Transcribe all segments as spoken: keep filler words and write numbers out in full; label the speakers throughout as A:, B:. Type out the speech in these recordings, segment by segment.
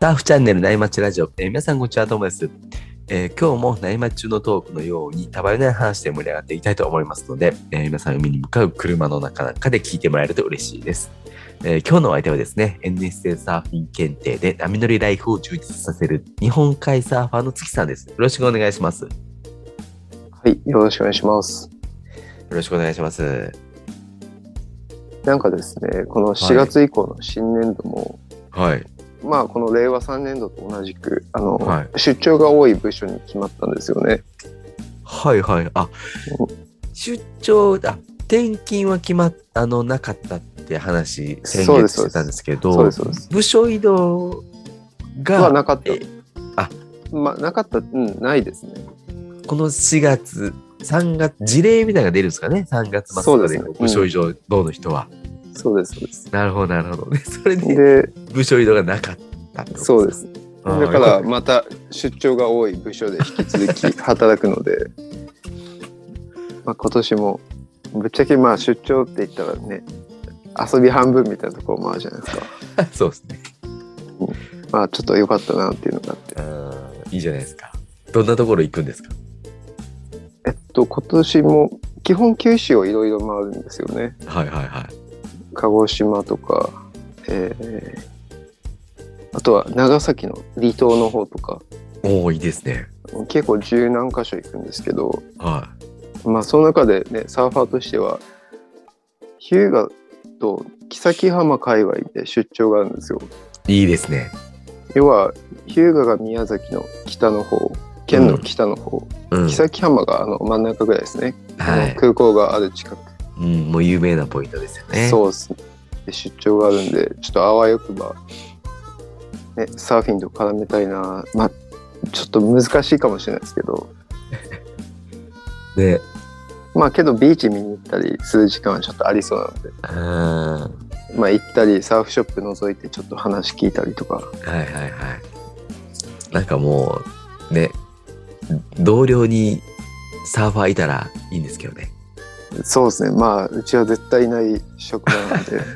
A: サーフチャンネル内町ラジオ、えー、皆さんこんにちは、ともです、えー、今日も内町中のトークのようにたわいない話で盛り上がっていきたいと思いますので、えー、皆さん海に向かう車の中なんかで聞いてもらえると嬉しいです。えー、今日のお相手はですね、エヌエスエー サーフィン検定で波乗りライフを充実させる日本海サーファーの月さんです。よろしくお願いします。
B: はい、よろしくお願いします。
A: よろしくお願いします。
B: なんかですね、このしがつ以降の新年度も、
A: はい、
B: まあこの令和さんねん度と同じくあの、
A: はい、
B: 出張が多い部署に決まったんですよね。
A: はいはい。あ、出張だ。転勤は決まっあのなかったって話先月してたんですけど、
B: そうですそうです。
A: 部署移動が、
B: はなかった。
A: あ、
B: まあなかった、うん、ないですね。
A: このしがつ、さんがつ、事例みたいなのが出るんですかね、さんがつ末とかで部署移動の人は。
B: そうです、そうです。
A: なるほど、なるほど。それで部署移動がなかったってことですか。
B: そうです。だからまた出張が多い部署で引き続き働くので、まあ今年もぶっちゃけまあ出張って言ったらね、遊び半分みたいなところもあるじゃないですか。
A: そうですね。
B: うん、まあちょっと良かったなっていうのがあって。
A: あ、いいじゃないですか。どんなところ行くんですか？
B: えっと今年も基本九州をいろいろ回るんですよね。
A: はいはいはい。
B: 鹿児島とか、えー、あとは長崎の離島の方とか。
A: おお、いいですね。
B: 結構十何箇所行くんですけど、
A: はい。
B: まあその中でね、サーファーとしては日向と木崎浜界隈で出張があるんですよ。
A: いいですね。
B: 要は日向が宮崎の北の方、県の北の方、うん、木崎浜があの真ん中ぐらいですね、はい、空港がある近く、
A: うん、もう有名なポイントですよね。
B: そうですね。で出張があるんで、ちょっとあわよくば、ね、サーフィンと絡めたいな。まあちょっと難しいかもしれないですけど
A: で、
B: まあけどビーチ見に行ったりする時間はちょっとありそうなので、
A: あ、
B: まあ行ったりサーフショップ覗いてちょっと話聞いたりとか。
A: はいはいはい。なんかもうね、同僚にサーファーいたらいいんですけどね。
B: そうですね。まあうちは絶対いない職場なんで、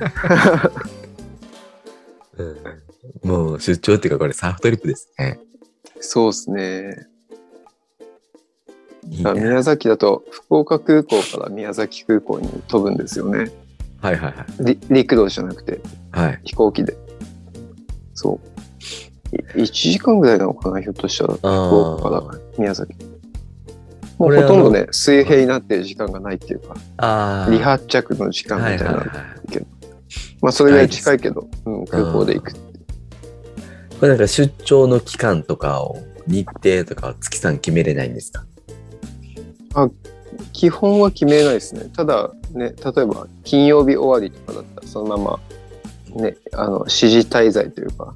A: うん、もう出張っていうかこれサーフトリップですね。
B: そうですね。いいな。宮崎だと福岡空港から宮崎空港に飛ぶんですよね。
A: はいはいはい。
B: 陸路じゃなくて、はい、飛行機で。そう。いちじかんぐらいなのかな、ひょっとしたら福岡から宮崎。もうほとんどね、水平になってる時間がないっていうか、あ、離発着の時間みたいな、はいはいはい、けど、まあそれぐらい近いけど、うん、空港で行く。
A: これなんか出張の期間とかを、日程とかは月さん決めれないんですか？
B: あ、基本は決めれないですね。ただね、例えば金曜日終わりとかだったらそのままね、あの指示滞在というか、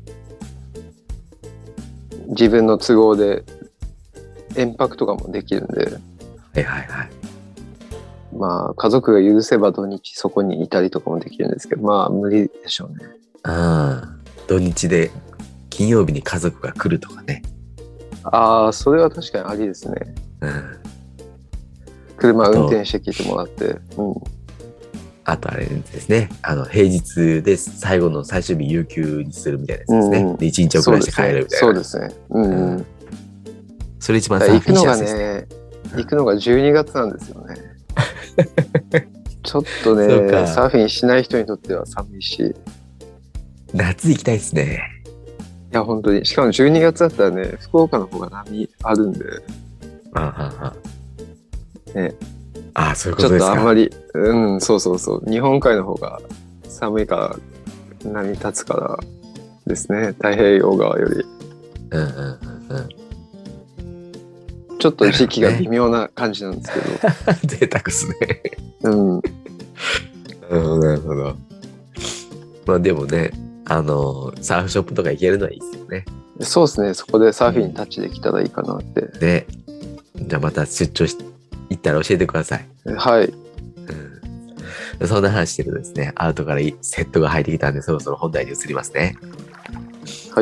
B: 自分の都合で延泊とかもできるんで、
A: はいはいはい。
B: まあ家族が許せば土日そこにいたりとかもできるんですけど、まあ無理でしょうね。
A: ああ、土日で金曜日に家族が来るとかね。あ
B: あ、それは確かにありですね。うん。車運転してきてもらって、うん。
A: あとあれですね、あの平日で最後の最終日有給にするみたいなやつですね。うんうん、でいちにち遅らして帰るみたいな。
B: そうですね。うんうんうん、
A: それ一番サーフィンしやすいですね。
B: 行くのがね、行くのがじゅうにがつなんですよね。ちょっとね、サーフィンしない人にとっては寒いし。
A: 夏行きたいですね。
B: いや本当に、しかもじゅうにがつだったらね、福岡の方が波あるんで。
A: ああああ。ね。ああ、そういうことですか。
B: ちょっとあんまり、うん、そうそうそう。日本海の方が寒いから波立つからですね。太平洋側より。うんうんうんうん。ちょっと時期が微妙な感じなんですけど。
A: ね、贅沢ですね。
B: うん。
A: なるほどなるほど。まあでもね、あのサーフショップとか行けるのはいいですよね。
B: そうですね。そこでサーフィンにタッチできたらいいかなって。
A: で、じゃあまた出張し行ったら教えてください。
B: はい。
A: うん、そんな話してるとですね、アウトからセットが入ってきたんで、そろそろ本題に移りますね。
B: はい。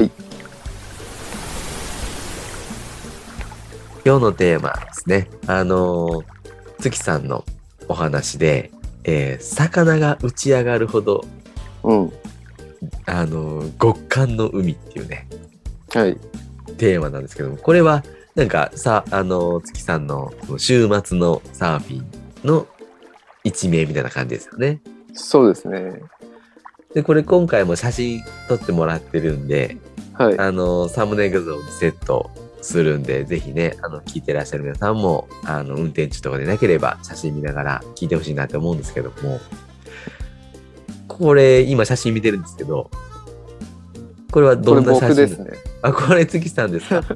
A: 今日のテーマですね。あの月さんのお話で、えー、魚が打ち上がるほど、
B: うん、
A: あの極寒の海っていうね、
B: はい。
A: テーマなんですけども、これはなんかさ、あの月さんの週末のサーフィンの一面みたいな感じですよね。
B: そうですね。
A: で、これ今回も写真撮ってもらってるんで、
B: はい。
A: あのサムネ画像にセットするんで、ぜひね、あの聞いてらっしゃる皆さんもあの運転中とかでなければ写真見ながら聞いてほしいなって思うんですけども、これ今写真見てるんですけど、これはどんな写真？
B: これ僕ですね。
A: あ、これ月さんですか？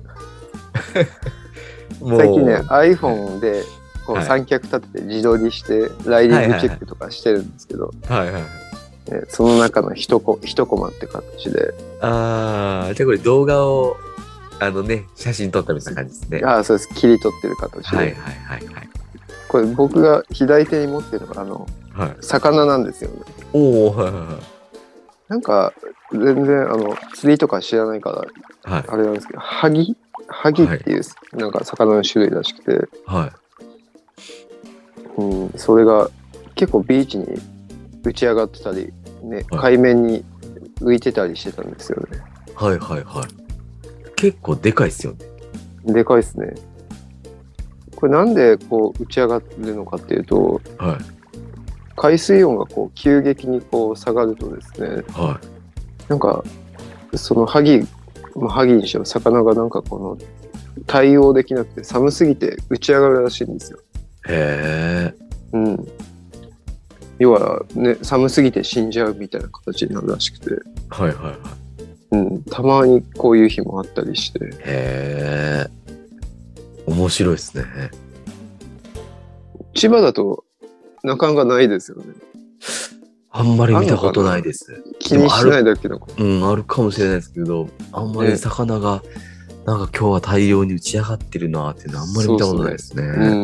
B: もう最近ね iPhone でこう三脚立てて自撮りしてライディングチェックとかしてるんですけど、
A: はいはいはい、
B: ね、その中の一コ一コマって形で。
A: ああ、じゃあこれ動画をあのね写真撮ったみたいな感じですね。
B: ああ、そうです。切り取ってる形で。
A: はいはいはいはい。
B: これ僕が左手に持ってるのがあの、はい、魚なんですよね。
A: おお、はいはいはい。
B: なんか全然あの釣りとか知らないから、はい、あれなんですけど、ハギハギっていう、はい、なんか魚の種類らしくて、はい、うん、それが結構ビーチに打ち上がってたり、ね、はい、海面に浮いてたりしてたんですよね。
A: はいはいはい。結構でかいですよね。
B: でかいですね。これなんでこう打ち上がるのかっていうと、はい、海水温がこう急激にこう下がるとですね、はい、なんかそのハギ、まあ、ハギにしろ魚がなんかこの対応できなくて寒すぎて打ち上がるらしいんですよ。へえ。うん。要はね、寒すぎて死んじゃうみたいな形になるらしくて。はいはいはい。うん。たまにこういう日もあったりして。へえ。面白いですね。千葉だとなかなかないですよね。あんまり見たことないです。気にしないだけのこと。うん、あるかもしれないですけど、あんまり魚が、ね、なんか今日は大量に打ち上がってるなっていうのはあんまり見たことないですね。そうそうね、うん、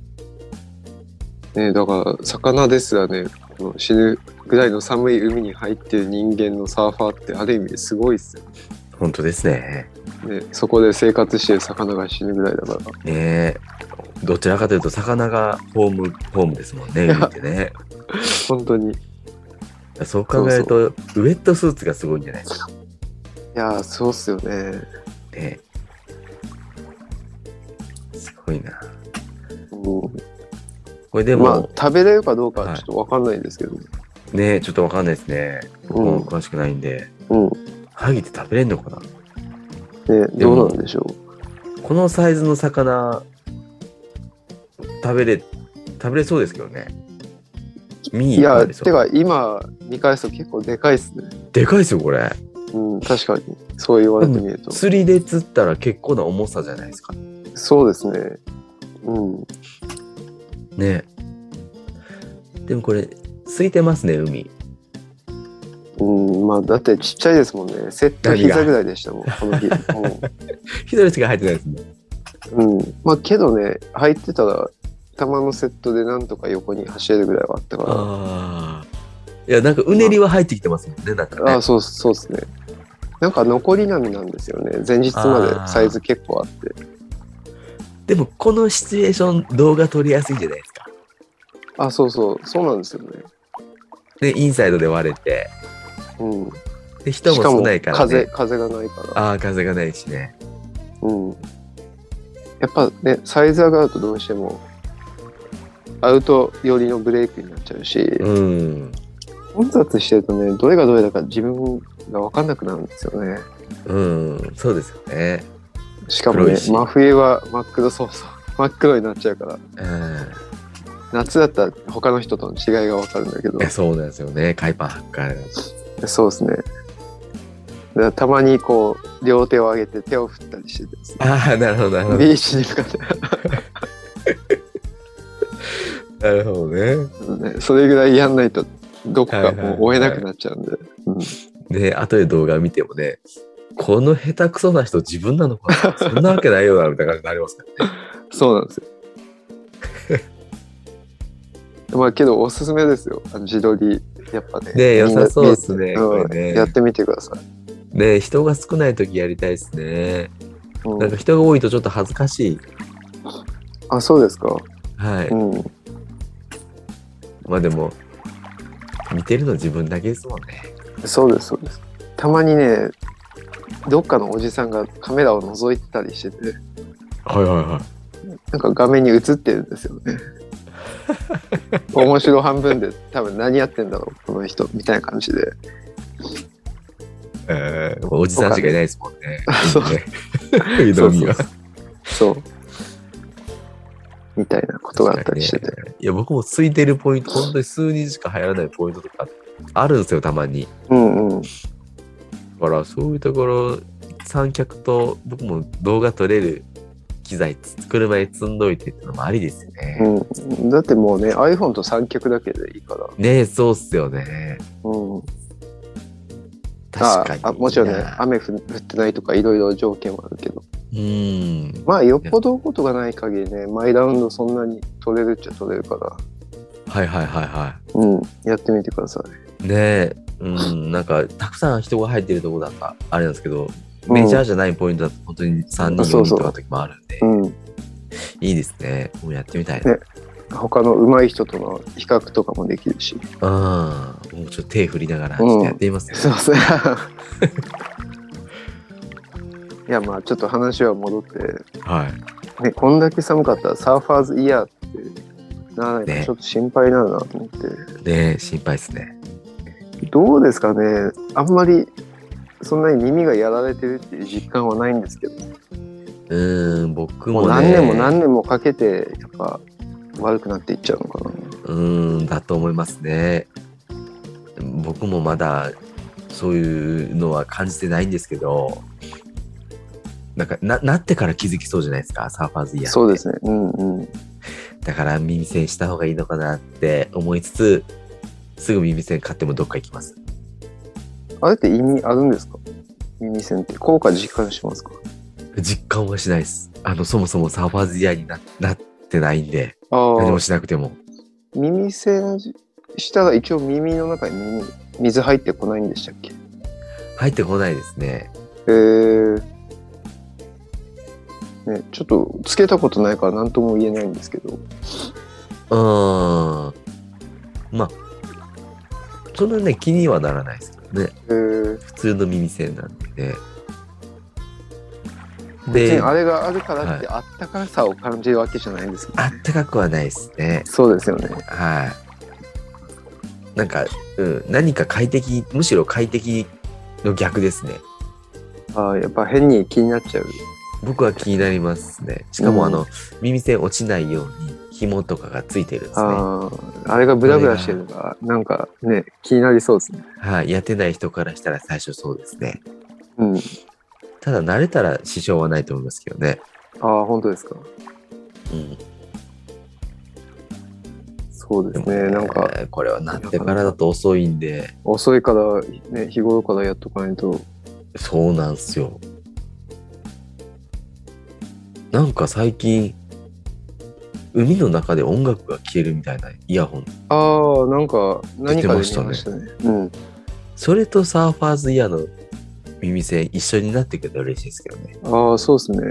B: ね、だから魚ですらね、この死ぬぐらいの寒い海に入ってる人間のサーファーってある意味すごいっすよ。本当ですね。ね、そこで生活してる魚が死ぬぐらいだから。ねえ、どちらかというと魚がホームホームですもんね、海ってね。本当に。そう考えるとそうそうウエットスーツがすごいんじゃないですか。いやー、そうっすよね。ね、すごいな。うん、これでも、まあ、食べれるかどうかはちょっと分かんないんですけど、はい、ね、ちょっと分かんないですね。僕も詳しくないんで。うん。ハギって食べれんのかな。ね、どうなんでしょう。このサイズの魚食べれ食べれそうですけどね。いや、てか今見返すと結構でかいっすね。でかいっすよこれ。うん、確かにそう言われてみると。釣りで釣ったら結構な重さじゃないですか。そうですね。うん。ね。でもこれ空いてますね海。うん、まあだってちっちゃいですもんね。セット膝ぐらいでしたもんこの日。膝しか入ってないですね。うん。まあけどね、入ってたら玉のセットでなんとか横に走れるぐらいはあったから。ああ。いやなんかうねりは入ってきてますもんね。なんかね。ああ、そうそうですね。なんか残り波なんですよね。前日までサイズ結構あって。でもこのシチュエーション動画撮りやすいんじゃないですか。あ、そうそうそうなんですよね。でインサイドで割れて。うん。で人も少ないからね。風風がないから。ああ、風がないしね。うん。やっぱねサイズ上がるとどうしてもアウト寄りのブレイクになっちゃうし、うん、混雑してるとね、どれがどれだか自分が分かんなくなるんですよね。うん、そうですよね。しかもね、真冬は真っ黒、そうそう、真っ黒になっちゃうから、うん、夏だったら他の人との違いが分かるんだけど。そうなんですよね、海パン履くから。そうですね。だからたまにこう両手を上げて手を振ったりしてですね。ああ、なるほどなるほど。ビーチに向かって。なるほど ね, ね。それぐらいやんないとどこかもう追えなくなっちゃうんで。で、後で動画見てもね、この下手くそな人自分なのかな、そんなわけないよなみたいな感じになりますからね。そうなんですよ。まあけどおすすめですよ。あの自撮りやっぱね。ね、良さそうですね。これね、やってみてください。ね、人が少ない時やりたいですね。うん、なんか人が多いとちょっと恥ずかしい。あ、そうですか。はい。うん、まあでも見てるの自分だけですもんね。そうですそうです。たまにね、 どっかのおじさんがカメラを覗いてたりしてて、
A: はいはいはい。
B: なんか画面に映ってるんですよね。面白半分で多分何やってんだろうこの人みたいな感じで。
A: えー、おじさんしかいないですもんね。
B: そう
A: うどんには。
B: そう。みたいなことがあったりしてて。
A: ね、いや僕も空いてるポイント、本当に数人しか入らないポイントとかあるんですよ、たまに。
B: うんうん。
A: だからそういうところ、三脚と僕も動画撮れる機材、車に積んどいてっていうのもありですよね。
B: うん。だってもうね、iPhone と三脚だけでいいから。
A: ねえ、そうっすよね。
B: うん。
A: 確かに。
B: ああ、もちろんね、雨降ってないとかいろいろ条件はあるけど。
A: うん。
B: まあ、よっぽどことがない限りね、毎ラウンドそんなに取れるっちゃ取れるから。
A: はいはいはいは
B: い。うん。やってみてくださ
A: い。ねえ、うん、なんか、たくさん人が入ってるとこだったらあれなんですけど、メジャーじゃないポイントだと本当にさんにん、よにんとかの時もあるんで、
B: うん、
A: いいですね。もうやってみたい
B: な。ね、他の上手い人との比較とかもできるし。
A: うん。もうちょっと手振りながらちょっとやってみますね。
B: うん、そうそう。いや、まあちょっと話は戻って、
A: はい。
B: ね、こんだけ寒かったらサーファーズイヤーってならないとちょっと心配になるなと思って。
A: ね, ね心配ですね。
B: どうですかね。あんまりそんなに耳がやられてるっていう実感はないんですけど。
A: うーん、僕もね。
B: もう何年も何年もかけてやっぱ悪くなっていっちゃうのかな。
A: うーん、だと思いますね。僕もまだそういうのは感じてないんですけど、なんか な, なってから気づきそうじゃないですか、サーファーズイヤーって。
B: そうですね。うんうん。
A: だから耳栓した方がいいのかなって思いつつ、すぐ耳栓買ってもどっか行きます。
B: あれって意味あるんですか？耳栓って効果実感しますか？
A: 実感はしないです。あのそもそもサーファーズイヤーに な, なってないんで、何もしなくても。
B: 耳栓したら一応耳の中に水入ってこないんでしたっけ？
A: 入ってこないですね。
B: へえー。ね、ちょっとつけたことないから何とも言えないんですけど。
A: うーん。まあ、そんなね、気にはならないですけどね。
B: へー。
A: 普通の耳栓なんで。
B: 別にあれがあるからってあったかさを感じるわけじゃないんですけど、ね、
A: あったかくはないですね。
B: そうですよね。
A: はい。なんか、うん、何か快適、むしろ快適の逆ですね。
B: ああ、やっぱ変に気になっちゃう。
A: 僕は気になりますね。しかもあの、うん、耳栓落ちないように紐とかがついてるんですね。
B: ああ、あれがブラブラしてるのがなんかね気になりそうですね。
A: はい、やってない人からしたら最初そうですね。
B: うん。
A: ただ慣れたら支障はないと思いますけどね。
B: ああ、本当ですか。
A: うん。
B: そうですね。なんか
A: これはなってからだと遅いんで。
B: 遅いからね、日頃からやっとかないと。
A: そうなんですよ。なんか最近海の中で音楽が消えるみたいなイヤホン。
B: ああ、なんか何かで見ましたね。したね。うん。
A: それとサーファーズイヤーの耳栓一緒になってくれたら嬉しいですけどね。
B: ああ、そうですね。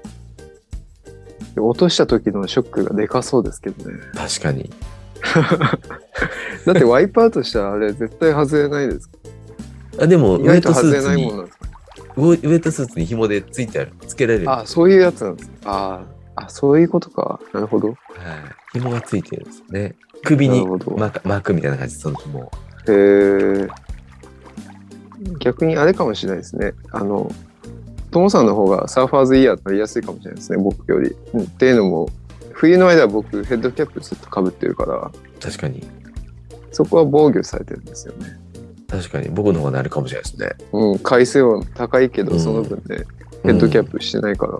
B: 落とした時のショックがでかそうですけどね。
A: 確かに。
B: だってワイパーとしたらあれ絶対外れないですか？
A: あ、でも
B: 意外と外れないもんなんですか？
A: ウェットスーツに紐でついてある、つけられる。
B: あ、そういうやつなんです。ああ、そういうことか。なるほど。はい、
A: 紐がついてるんですね。首に巻く、巻くみたいな感じで、その紐。
B: へえ。逆にあれかもしれないですね。あの、トモさんの方がサーファーズイヤーなりやすいかもしれないですね、僕より。うん、っていうのも、冬の間は僕ヘッドキャップずっとかぶってるから。
A: 確かに。
B: そこは防御されてるんですよね。
A: 確かに僕の方がなるかもしれないですね。
B: うん、回数音高いけど、その分ね、うん、ヘッドキャップしてないから、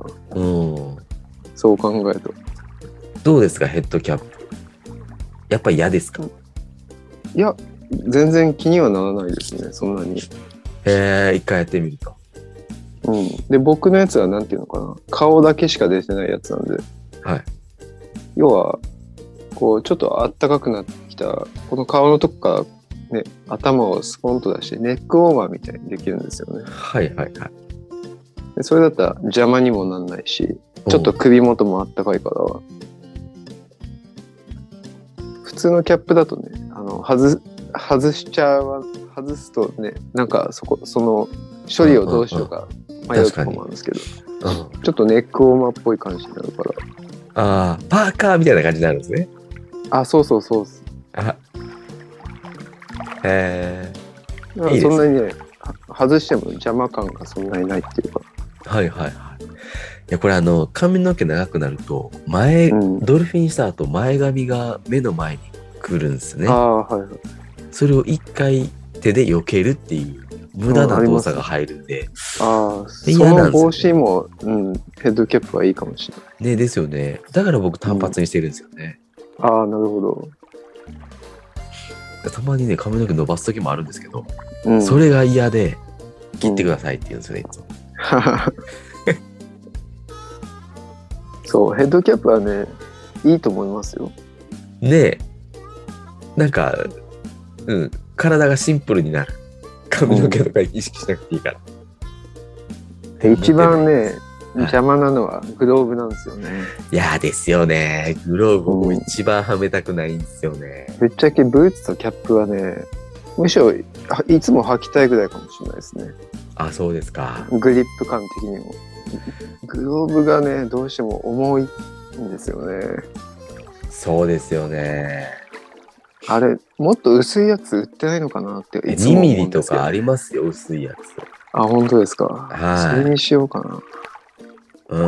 A: うん、
B: そう考えると。
A: どうですか、ヘッドキャップ。やっぱり嫌ですか？
B: いや、全然気にはならないですね、そんなに。
A: へえ、一回やってみると。
B: うん。で、僕のやつはなんていうのかな、顔だけしか出てないやつなんで。
A: はい。
B: 要は、こう、ちょっとあったかくなってきた、この顔のとこから、ね、頭をスポンと出してネックウォーマーみたいにできるんですよね。
A: はいはいはい。
B: でそれだったら邪魔にもなんないし、ちょっと首元もあったかいから、普通のキャップだとね、あの外外しちゃう外すとね、なんかそこその処理をどうしようか迷うとこもあるんですけど、
A: うん、
B: ちょっとネックウォーマーっぽい感じになるから。
A: ああ、パーカーみたいな感じになるんですね。
B: あ、そうそうそう。
A: あ、え
B: だからそんなにね、外しても邪魔感がそんなにないっていうか。
A: はいはいはい。いやこれあの髪の毛長くなると前、うん、ドルフィンした後前髪が目の前に来るんですね。
B: ああはいはい。
A: それを一回手で避けるっていう無駄な動作が入るんで。
B: うん、ああ、その帽子も、うん、ヘッドキャップはいいかもしれない。
A: ねですよね。だから僕単発にしてるんですよね。
B: うん、ああなるほど。
A: たまにね髪の毛伸ばす時もあるんですけど、うん、それが嫌で切ってくださいって言うんですよね、いつも。
B: そうヘッドキャップはねいいと思いますよ。
A: ねえなんかうん体がシンプルになる。髪の毛とか意識しなくていいから。
B: うん、一番ね邪魔なのはグローブなんですよね。
A: いやですよね。グローブも一番はめたくないんですよね。
B: ぶっちゃけブーツとキャップはね、むしろいつも履きたいぐらいかもしれないですね。
A: あ、そうですか。
B: グリップ感的にも。グローブがね、どうしても重いんですよね。
A: そうですよね。
B: あれ、もっと薄いやつ売ってないのかなっていつも思うんですけど。
A: にミリとかありますよ、薄いやつ。
B: あ、本当ですか。
A: はい。
B: それにしようかな。
A: うん、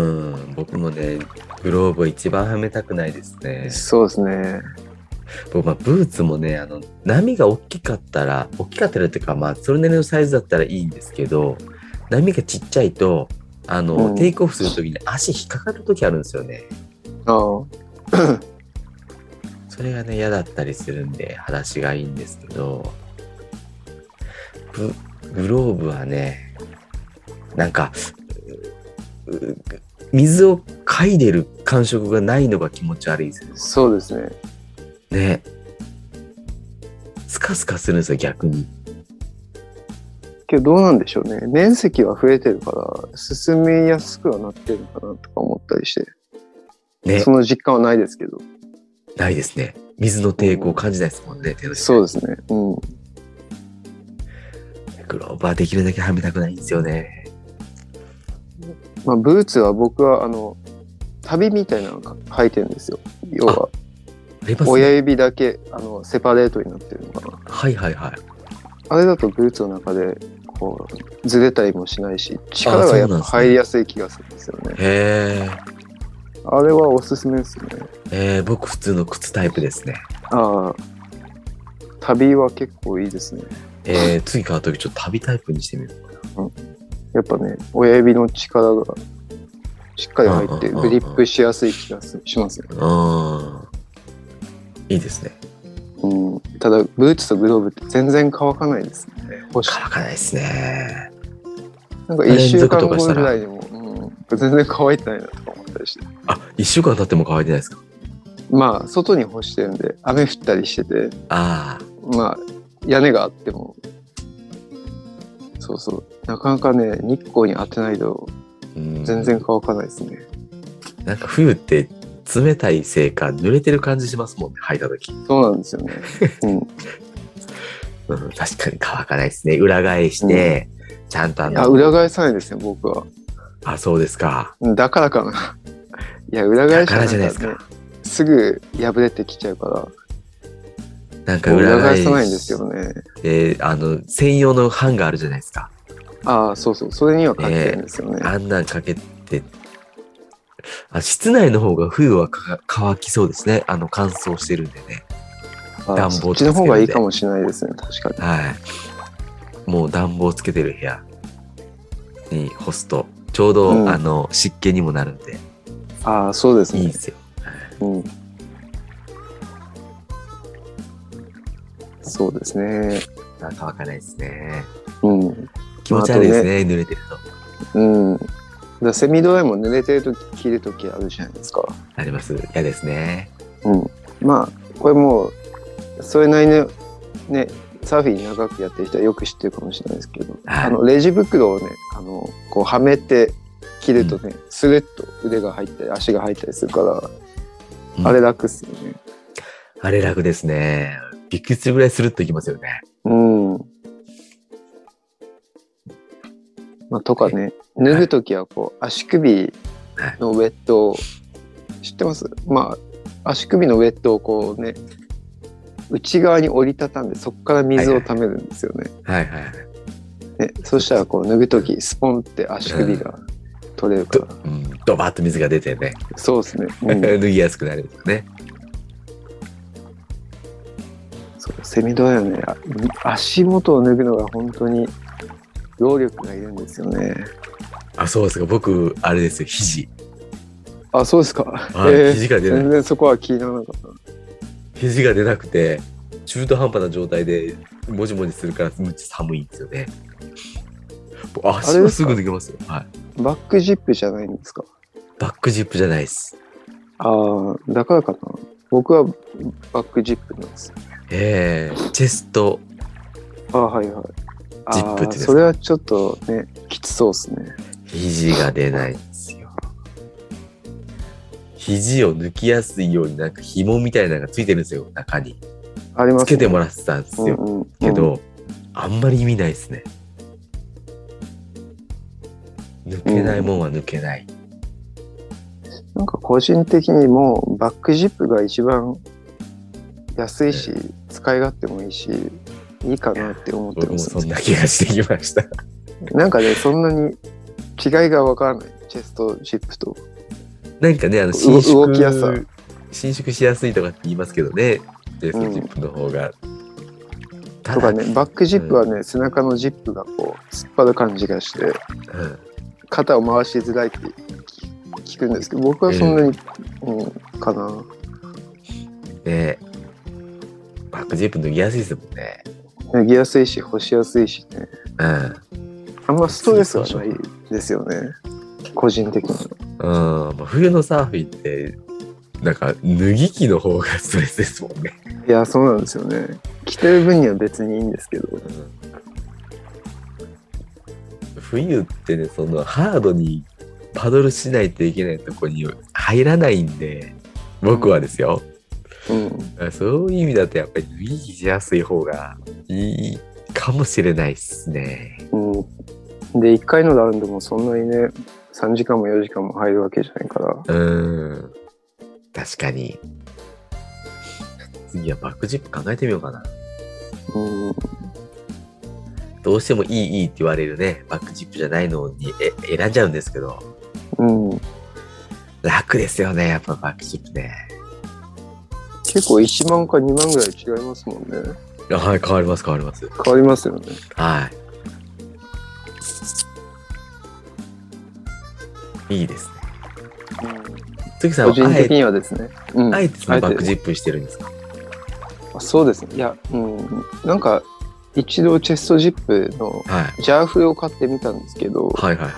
A: 僕もね、グローブ一番はめたくないですね。
B: そうですね。
A: 僕、まあ、ブーツもね、あの、波が大きかったら、大きかったらっていうか、まあ、それなりのサイズだったらいいんですけど、波がちっちゃいと、あの、うん、テイクオフするときに足引っかかるときあるんですよね。
B: ああ。
A: それがね、嫌だったりするんで、裸足がいいんですけど、グ、グローブはね、なんか、水を嗅いでる感触がないのが気持ち悪いですよ。
B: そうですね。
A: ね。スカスカするんですよ、逆に。
B: けどどうなんでしょうね。面積は増えてるから進みやすくはなってるのかなとか思ったりして。ね。その実感はないですけど。
A: ないですね。水の抵抗を感じないですもんね、うん、手の
B: そうですね。うん。
A: グローブはできるだけはめたくないんですよね。
B: まあ、ブーツは僕はあの旅みたいなのが履いてるんですよ。要は親指だけあのセパレートになってるのかな。
A: はいはいはい。
B: あれだとブーツの中でこうずれたりもしないし力がやっぱ入りやすい気がするんですよね。
A: へー。
B: あれはおすすめですね。
A: えー、僕普通の靴タイプですね。
B: ああ、旅は結構いいですね。
A: えー、次買うときちょっと旅タイプにしてみようかな。
B: うん、やっぱね、親指の力がしっかり入ってグリップしやすい気がしますよね。
A: うん、いいですね。
B: うん、ただブーツとグローブって全然乾かないですね。
A: 乾かないですね。
B: なんかいっしゅうかんごぐらいにも、うん、全然乾いてないなとか思ったりして。
A: あ、いっしゅうかん経っても乾いてないですか？
B: まあ外に干してるんで雨降ったりしてて、
A: あ
B: まあ屋根があってもそうそうなかなかね日光に当てないと全然乾かないですね。
A: なんか冬って冷たいせいか濡れてる感じしますもんね、履いた時。
B: そうなんですよね。
A: うん、うん、確かに乾かないですね。裏返して、うん、ちゃんとあの。
B: いや裏返さないですよ僕は。
A: あ、そうですか。
B: だからかな。いや裏返し
A: だからじゃないですか。
B: すぐ破れてきちゃうから。
A: なんか裏返
B: さないんですよね。
A: で、あの専用のハンガーあるじゃないですか。
B: ああ、そうそう、それにはかけてるんですよね。
A: えー、あんなんかけて、あ、室内の方が冬はか乾きそうですね。あの乾燥してるんでね。
B: 暖房そっちの方がいいかもしれないですね、確かに。
A: はい。もう暖房つけてる部屋に干すと、ちょうど、うん、あの湿気にもなるんで。
B: ああ、そうですね。
A: いいですよ。
B: うん。そうですね。
A: 乾かないですね。
B: うん。
A: 気持ち悪いですね、ね、濡れてる
B: と。うん。だセミドライも濡れてるとき着るときあるじゃないですか。
A: あります。嫌ですね。
B: うん。まあこれもうそれなりのねサーフィン長くやってる人はよく知ってるかもしれないですけど、はい、あのレジ袋をねあのこうはめて着るとね、うん、スレッと腕が入ったり足が入ったりするから、うん、あれ楽っすよね。
A: あれ楽ですね。びっくりするぐらいスルッといきますよね。
B: うん。 まあ、とかね、脱ぐときはこう足首のウェットを、知ってます？まあ足首のウェットをこうね内側に折りたたんでそこから水をためるんですよね。
A: はいはいはい。
B: ね、そしたらこう脱ぐときスポンって足首が取れるから、
A: うん、ドバッと水が出てね。
B: そうですね、うん、
A: 脱ぎやすくなるんですね。
B: そうセミドライはね足元を脱ぐのが本当に労力がいるんですよね。
A: あ、そうですか。僕あれですよ、肘。
B: あ、そうですか。
A: はい、えー、肘が出ない。
B: 全然そこは気にならなかった。
A: 肘が出なくて中途半端な状態でもじもじするからむっちゃ寒いんですよね。足はすぐ脱げますよ。はい。
B: バックジップじゃないんですか？
A: バックジップじゃないです。
B: ああ、だからかな。僕はバックジップなんですよ。
A: ええー、チェスト。
B: ああ、はいはい。
A: ジップってですか？
B: それはちょっとね、きつそうですね。
A: 肘が出ないんですよ。肘を抜きやすいようになんか紐みたいなのがついてるんですよ、中に。
B: ありますね。
A: つけてもらってたんですよ。うんうん、けど、あんまり意味ないですね。抜けないもんは抜けない。
B: うん、なんか個人的にもバックジップが一番安いし、ね、使い勝手もいいし、いいかなって思ってます。
A: 僕もそんな気がしてきました。
B: なんかね、そんなに違いがわからない。チェストジップと。
A: なんかね、あの伸縮
B: 動きやすさ。
A: 伸縮しやすいとかって言いますけどね、チェストジップの方が。うん、
B: とかね、バックジップはね、うん、背中のジップがこう突っ張る感じがして、うん、肩を回しづらいって聞くんですけど、僕はそんなに、えー、うん、かな。
A: ね、バックジップ脱ぎやすいですもんね。
B: 脱ぎやすいし、干しやすいしね。
A: うん。
B: あんまストレスはないですよね。個人的に。
A: うん。冬のサーフィンって、なんか脱ぎ着の方がストレスですもんね。
B: いや、そうなんですよね。着てる分には別にいいんですけど。うん、
A: 冬ってね、そのハードにパドルしないといけないとこに入らないんで、僕はですよ。うん、そういう意味だとやっぱり脱ぎ着しやすい方がいいかもしれないですね。
B: うん、でいっかいのラウンドもそんなにねさんじかんもよじかんも入るわけじゃないから。
A: うん、確かに。次はバックジップ考えてみようかな。うん、どうしてもいいいいって言われるねバックジップじゃないのにえ選んじゃうんですけど、うん、楽ですよねやっぱバックジップね。
B: 結構いちまんかにまんぐらい違いますもんね。
A: はい、変わります変わります。
B: 変わりますよね。
A: はい。いいですね。次さんは
B: 個人的にはですね。
A: うん、あえてそのバックジップしてるんですか？
B: あ、そうですね。いや、うん、なんか一度チェストジップのジャーフルを買ってみたんですけど、
A: はいはいはい。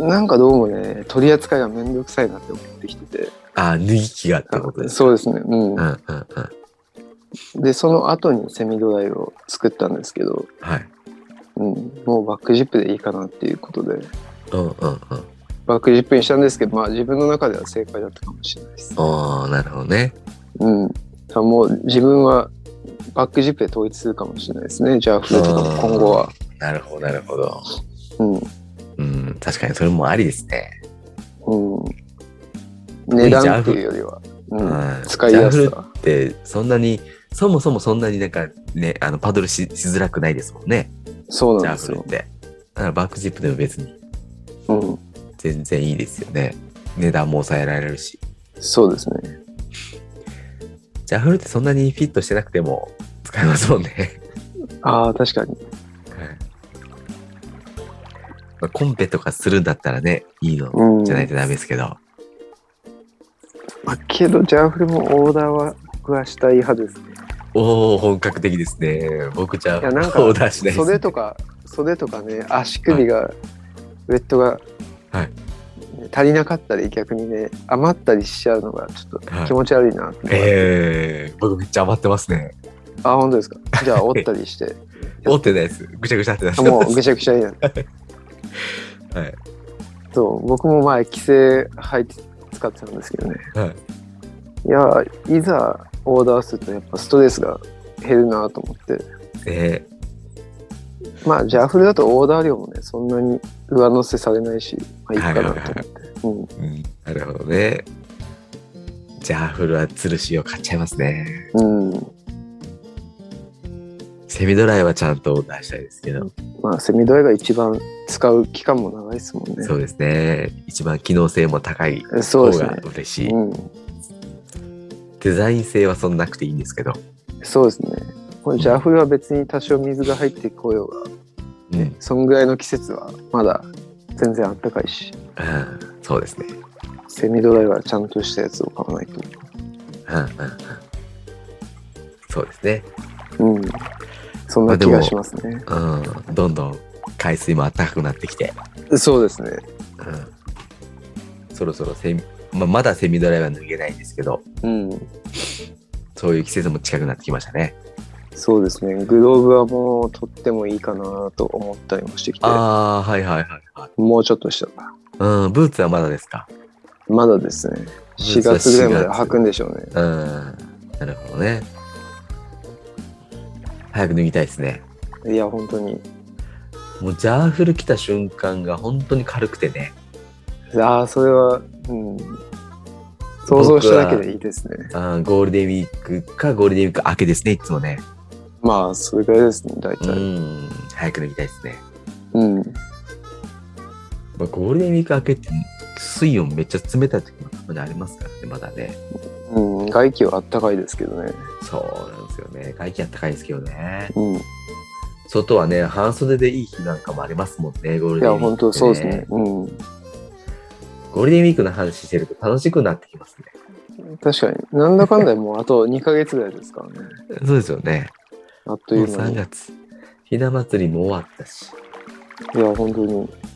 B: なんかどうもね取り扱いがめんどくさいなって思ってきてて。
A: あ、脱ぎ着がってことですか？
B: そうですね。うん。
A: うんうん
B: うん。で、その後にセミドライを作ったんですけど、
A: はい。
B: うん、もうバックジップでいいかなっていうことで、
A: うんうんうん。
B: バックジップにしたんですけど、まあ自分の中では正解だったかもしれないです。
A: ああ、なるほどね。
B: うん。もう自分はバックジップで統一するかもしれないですね。じゃあフルとかも今後は。
A: なるほどなるほど。
B: うん。
A: うん、確かにそれもありですね。
B: うん。値段っていうよりは、うん、使いやすさ。
A: ジャーフルってそんなにそもそもそんなになんかねあのパドル し, しづらくないですもんね。
B: そうなんですよ。
A: ジャーフルってだからバックジップでも別に、
B: うん、
A: 全然いいですよね。値段も抑えられるし。
B: そうですね。
A: ジャーフルってそんなにフィットしてなくても使えますもんね。
B: ああ、確かに。
A: はい、コンペとかするんだったらねいいのじゃないとダメですけど。うん
B: まあ、けどジャーフルもオーダーは僕はしたい派ですね。
A: おお、本格的ですね。僕じゃあオーダーしないです、ね。
B: 袖とか袖とかね足首が、はい、ウェットが、
A: はい、
B: 足りなかったり逆にね余ったりしちゃうのがちょっと気持ち悪いなって、
A: はい、ええー、僕めっちゃ余ってますね。
B: あ、本当ですか。じゃあ折ったりして
A: 折ってないです。ぐちゃぐちゃってなってます。
B: もうぐちゃぐちゃになって
A: はい。
B: そう僕も前規制入って使ってたんですけどね、
A: はい、
B: いやいざオーダーするとやっぱストレスが減るなと思って、
A: え
B: まあジャーフルだとオーダー量もねそんなに上乗せされないし、まあいいかなと思って、うん
A: うん、なるほどね。ジャーフルは吊るしを買っちゃいますね。
B: うん。
A: セミドライはちゃんとオーダーしたいですけど。
B: まあセミドライが一番使う期間も長いですもんね。
A: そうですね。一番機能性も高い方が嬉しい。ね、うん。デザイン性はそんななくていいんですけど。
B: そうですね。このジャーフルは別に多少水が入ってこようが、ね、うん、そんぐらいの季節はまだ全然あったかいし。
A: うん、そうですね。
B: セミドライはちゃんとしたやつを買わないと。
A: うんうんうん。そうですね。
B: うん。そんな気がしますね。
A: うん。どんどん海水も暖かくなってきて。
B: そうですね。
A: うん。そろそろセミ、まあ、まだセミドライは脱げないんですけど。
B: うん。
A: そういう季節も近くなってきましたね。
B: そうですね。グローブはもう取ってもいいかなと思ったりもしてきて。
A: ああ、はいはいはい、はい。
B: もうちょっとした。
A: うん。ブーツはまだですか？
B: まだですね。しがつぐらいまで履くんでしょうね。
A: うん。なるほどね。早く脱ぎたいですね。
B: いや、本当に。
A: もうジャーフル着た瞬間が本当に軽くてね。
B: ああ、それは、うん。想像しただけでいいですね。
A: あゴールデンウィークかゴールデンウィーク明けですね、いつもね。
B: まあ、それぐらいですね、大体。
A: うん。早く脱ぎたいですね。
B: うん。
A: まあ、ゴールデンウィーク明けって水温めっちゃ冷たい時もたまにありますからね、まだね。
B: うん、外気はあったかいですけどね。
A: そうなんですよね。外気あったかいですけどね。
B: うん。
A: 外はね、半袖でいい日なんかもありますもんね、ゴールデンウィーク、ね。いや、
B: 本当そうですね。うん。
A: ゴールデンウィークの話してると楽しくなってきますね。
B: 確かに。なんだかんだもうあとにかげつぐらいですからね。
A: そうですよね。
B: あっという間に。
A: もうさんがつ。ひな祭りも終わったし。
B: いや、本当に。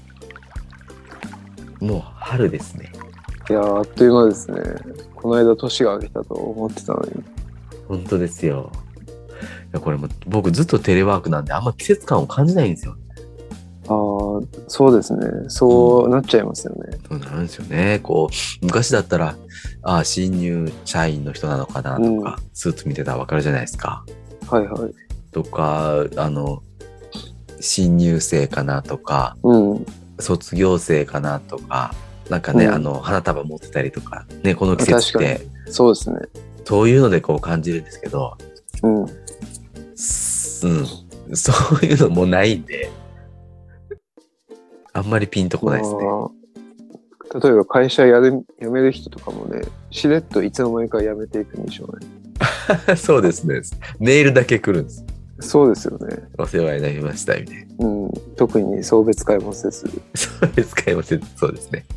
A: もう春ですね。
B: いや、あっという間ですね。この間年が明けたと思ってたのに。
A: 本当ですよ。いやこれも僕ずっとテレワークなんであんま季節感を感じないんですよ。
B: ああ、そうですね。そうなっちゃいますよね。
A: うん、そうなるんですよね。こう昔だったら、ああ新入社員の人なのかなとか、うん、スーツ見てたらわかるじゃないですか。
B: はいはい。
A: とかあの新入生かなとか、
B: うん、
A: 卒業生かなとか、なんかね、うん、あの花束持ってたりとかね、この季節って
B: そうですね。
A: そういうのでこう感じるんですけど、
B: うん、うん、
A: そういうのもないんで。あんまりピンとこないですね。ま
B: あ、例えば会社やる辞める人とかもね、しれっといつの間にか辞めていくんでしょう
A: ね。そうですね。メールだけ来るんです。
B: そうですよね。
A: お世話になりましたみたいな。
B: うん。特に送別会もせず。
A: 送別会もせず、そうですね。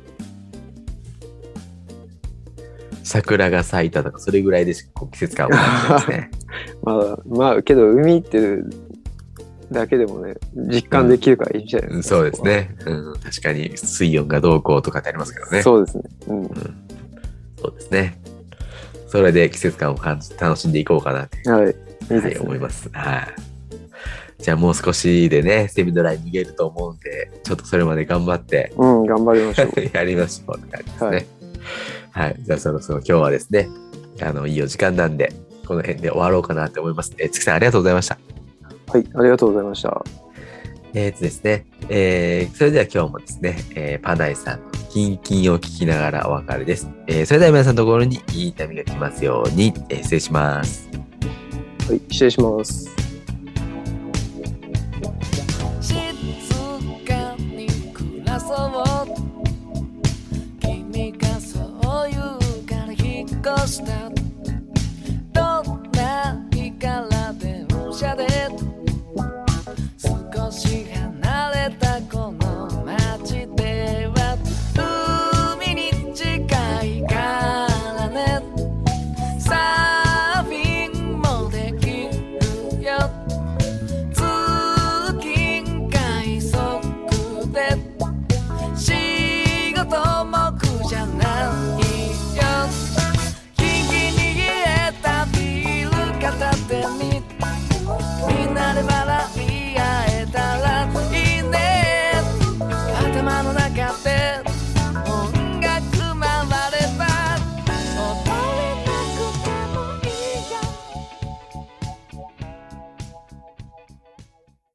A: 桜が咲いたとか、それぐらいでしか季節感はないですね。
B: まあ、まあ、けど海ってだけでもね、実感できるからいいんじゃないですか。
A: うん、そうですね、うん。確かに水温がどうこうとかってありますけどね。
B: そうですね。うん。うん、
A: そうですね。それで季節感を感じ楽しんでいこうかなって、
B: はい、いいですね、
A: はい、思います。はい。じゃあもう少しでね、セミドライ逃げると思うんで、ちょっとそれまで頑張って。
B: うん、頑張りましょう。
A: やりましょうって感じですね。はい。はい。じゃあそろそろ今日はですね、あの、いいお時間なんで、この辺で終わろうかなと思います。えー、月さんありがとうございました。
B: はい、ありがとうございました。
A: えーとですね、えー、それでは今日もですね、えー、パナイさんのキンキンを聞きながらお別れです。えー、それでは皆さんのところにいい旅が来ますように、えー、失礼します。
B: はい、失礼します。
C: 静かに暮らそう君がそう言うから引っ越した